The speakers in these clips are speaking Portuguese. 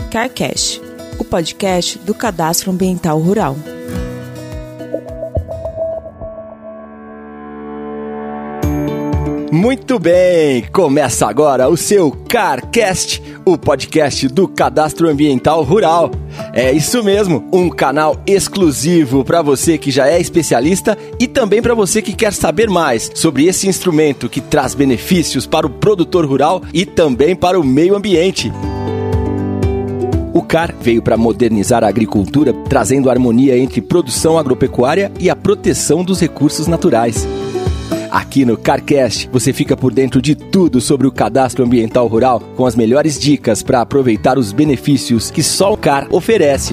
CarCast, o podcast do Cadastro Ambiental Rural. Muito bem, começa agora o seu CarCast, o podcast do Cadastro Ambiental Rural. É isso mesmo, um canal exclusivo para você que já é especialista e também para você que quer saber mais sobre esse instrumento que traz benefícios para o produtor rural e também para o meio ambiente. O CAR veio para modernizar a agricultura, trazendo harmonia entre produção agropecuária e a proteção dos recursos naturais. Aqui no CarCast, você fica por dentro de tudo sobre o cadastro ambiental rural, com as melhores dicas para aproveitar os benefícios que só o CAR oferece.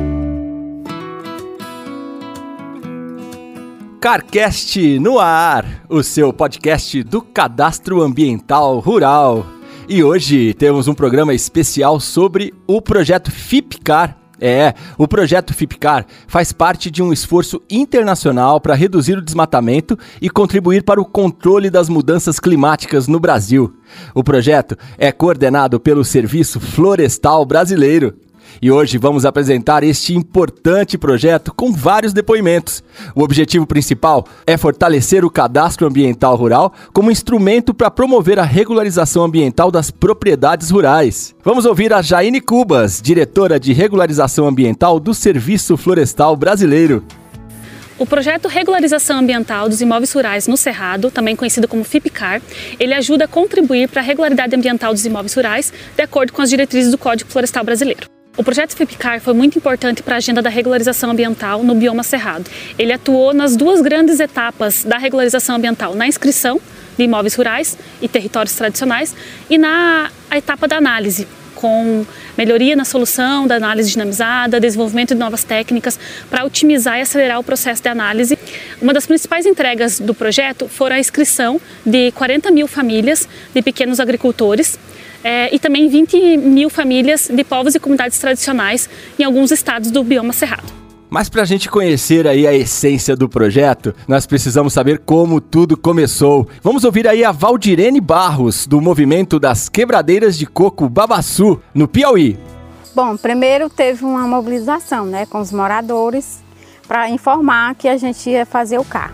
CarCast no ar, o seu podcast do cadastro ambiental rural. E hoje temos um programa especial sobre o projeto FIPCAR. O projeto FIPCAR faz parte de um esforço internacional para reduzir o desmatamento e contribuir para o controle das mudanças climáticas no Brasil. O projeto é coordenado pelo Serviço Florestal Brasileiro. E hoje vamos apresentar este importante projeto com vários depoimentos. O objetivo principal é fortalecer o cadastro ambiental rural como instrumento para promover a regularização ambiental das propriedades rurais. Vamos ouvir a Jaine Cubas, diretora de regularização ambiental do Serviço Florestal Brasileiro. O projeto Regularização Ambiental dos Imóveis Rurais no Cerrado, também conhecido como FIPCAR, ele ajuda a contribuir para a regularidade ambiental dos imóveis rurais, de acordo com as diretrizes do Código Florestal Brasileiro. O projeto FIPCAR foi muito importante para a agenda da regularização ambiental no bioma Cerrado. Ele atuou nas duas grandes etapas da regularização ambiental, na inscrição de imóveis rurais e territórios tradicionais e na etapa da análise, com melhoria na solução da análise dinamizada, desenvolvimento de novas técnicas para otimizar e acelerar o processo de análise. Uma das principais entregas do projeto foi a inscrição de 40 mil famílias de pequenos agricultores e também 20 mil famílias de povos e comunidades tradicionais em alguns estados do bioma Cerrado. Mas para a gente conhecer aí a essência do projeto, nós precisamos saber como tudo começou. Vamos ouvir aí a Valdirene Barros, do movimento das Quebradeiras de Coco Babaçu, no Piauí. Bom, primeiro teve uma mobilização, com os moradores para informar que a gente ia fazer o CAR.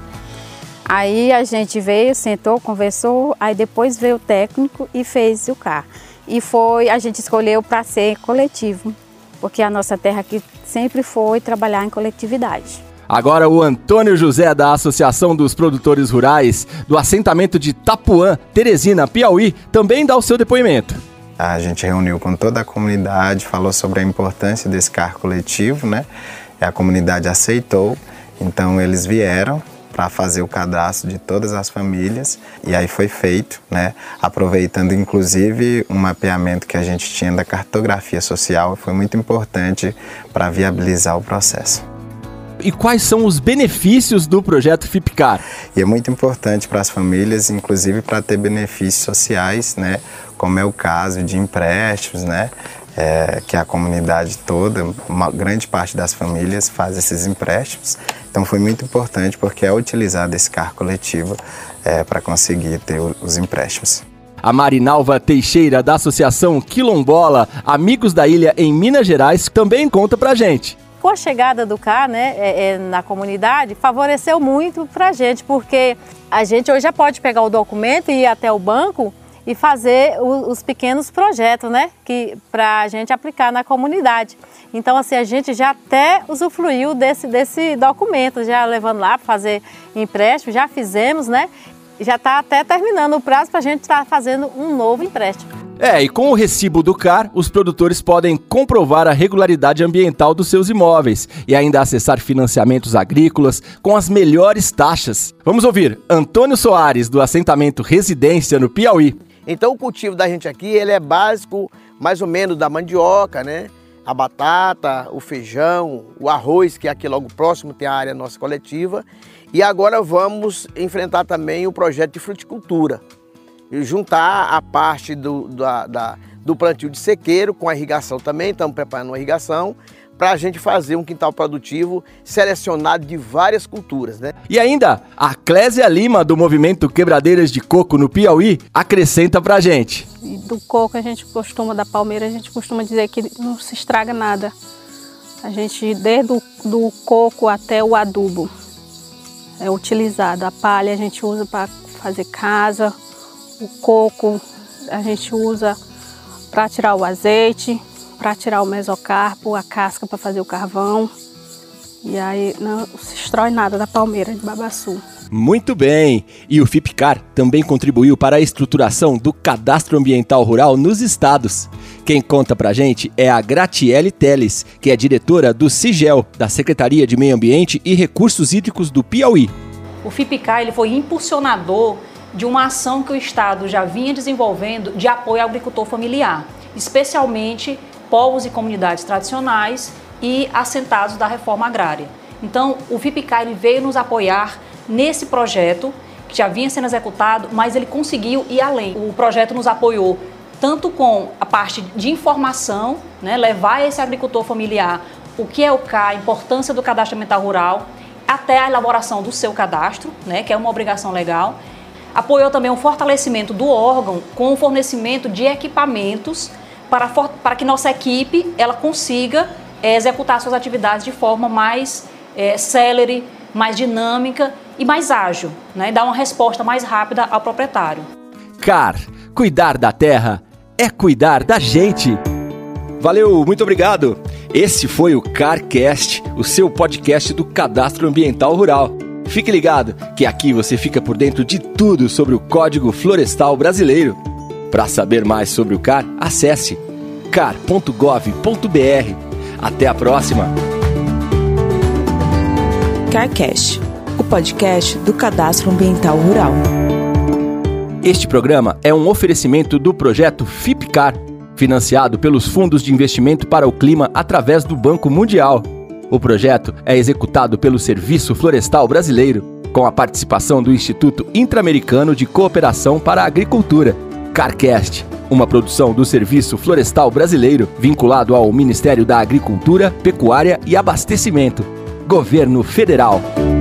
Aí a gente veio, sentou, conversou, aí depois veio o técnico e fez o CAR. E a gente escolheu para ser coletivo, porque a nossa terra aqui sempre foi trabalhar em coletividade. Agora o Antônio José, da Associação dos Produtores Rurais, do assentamento de Tapuã, Teresina, Piauí, também dá o seu depoimento. A gente reuniu com toda a comunidade, falou sobre a importância desse CAR coletivo, E a comunidade aceitou, então eles vieram para fazer o cadastro de todas as famílias e aí foi feito, aproveitando inclusive um mapeamento que a gente tinha da cartografia social, foi muito importante para viabilizar o processo. E quais são os benefícios do projeto FIPCAR? E é muito importante para as famílias, inclusive para ter benefícios sociais, como é o caso de empréstimos, que a comunidade toda, uma grande parte das famílias faz esses empréstimos. Então foi muito importante porque é utilizado esse CAR coletivo para conseguir ter os empréstimos. A Marinalva Teixeira, da Associação Quilombola Amigos da Ilha em Minas Gerais, também conta pra gente. Com a chegada do CAR na comunidade, favoreceu muito pra gente, porque a gente hoje já pode pegar o documento e ir até o banco e fazer os pequenos projetos, que para a gente aplicar na comunidade. Então, assim, a gente já até usufruiu desse documento, já levando lá para fazer empréstimo, já fizemos, Já está até terminando o prazo para a gente estar fazendo um novo empréstimo. E com o recibo do CAR, os produtores podem comprovar a regularidade ambiental dos seus imóveis e ainda acessar financiamentos agrícolas com as melhores taxas. Vamos ouvir Antônio Soares, do assentamento Residência, no Piauí. Então o cultivo da gente aqui, ele é básico, mais ou menos da mandioca, A batata, o feijão, o arroz, que aqui logo próximo tem a área nossa coletiva. E agora vamos enfrentar também o projeto de fruticultura. E juntar a parte do plantio de sequeiro com a irrigação também, estamos preparando uma irrigação, para a gente fazer um quintal produtivo selecionado de várias culturas, né? E ainda, a Clésia Lima, do movimento Quebradeiras de Coco no Piauí, acrescenta pra gente. E do coco da palmeira, a gente costuma dizer que não se estraga nada. A gente, desde do coco até o adubo, é utilizado. A palha a gente usa para fazer casa, o coco a gente usa para tirar o azeite, para tirar o mesocarpo, a casca para fazer o carvão. E aí não se destrói nada da palmeira de babaçu. Muito bem! E o FIPCAR também contribuiu para a estruturação do Cadastro Ambiental Rural nos estados. Quem conta pra gente é a Gratiele Teles, que é diretora do CIGEL, da Secretaria de Meio Ambiente e Recursos Hídricos do Piauí. O FIPCAR ele foi impulsionador de uma ação que o Estado já vinha desenvolvendo de apoio ao agricultor familiar, especialmente povos e comunidades tradicionais e assentados da reforma agrária. Então, o FIPCAR ele veio nos apoiar nesse projeto, que já vinha sendo executado, mas ele conseguiu ir além. O projeto nos apoiou tanto com a parte de informação, né, levar esse agricultor familiar o que é o CAR, a importância do cadastro ambiental rural, até a elaboração do seu cadastro, né, que é uma obrigação legal. Apoiou também o fortalecimento do órgão com o fornecimento de equipamentos para que nossa equipe ela consiga executar suas atividades de forma mais célere, mais dinâmica e mais ágil, né? Dar uma resposta mais rápida ao proprietário. CAR, cuidar da terra é cuidar da gente. Valeu, muito obrigado. Esse foi o CARcast, o seu podcast do Cadastro Ambiental Rural. Fique ligado, que aqui você fica por dentro de tudo sobre o Código Florestal Brasileiro. Para saber mais sobre o CAR, acesse car.gov.br. Até a próxima! CARcast, o podcast do Cadastro Ambiental Rural. Este programa é um oferecimento do projeto FIPCAR, financiado pelos Fundos de Investimento para o Clima através do Banco Mundial. O projeto é executado pelo Serviço Florestal Brasileiro, com a participação do Instituto Interamericano de Cooperação para a Agricultura, CARcast, uma produção do Serviço Florestal Brasileiro, vinculado ao Ministério da Agricultura, Pecuária e Abastecimento, Governo Federal.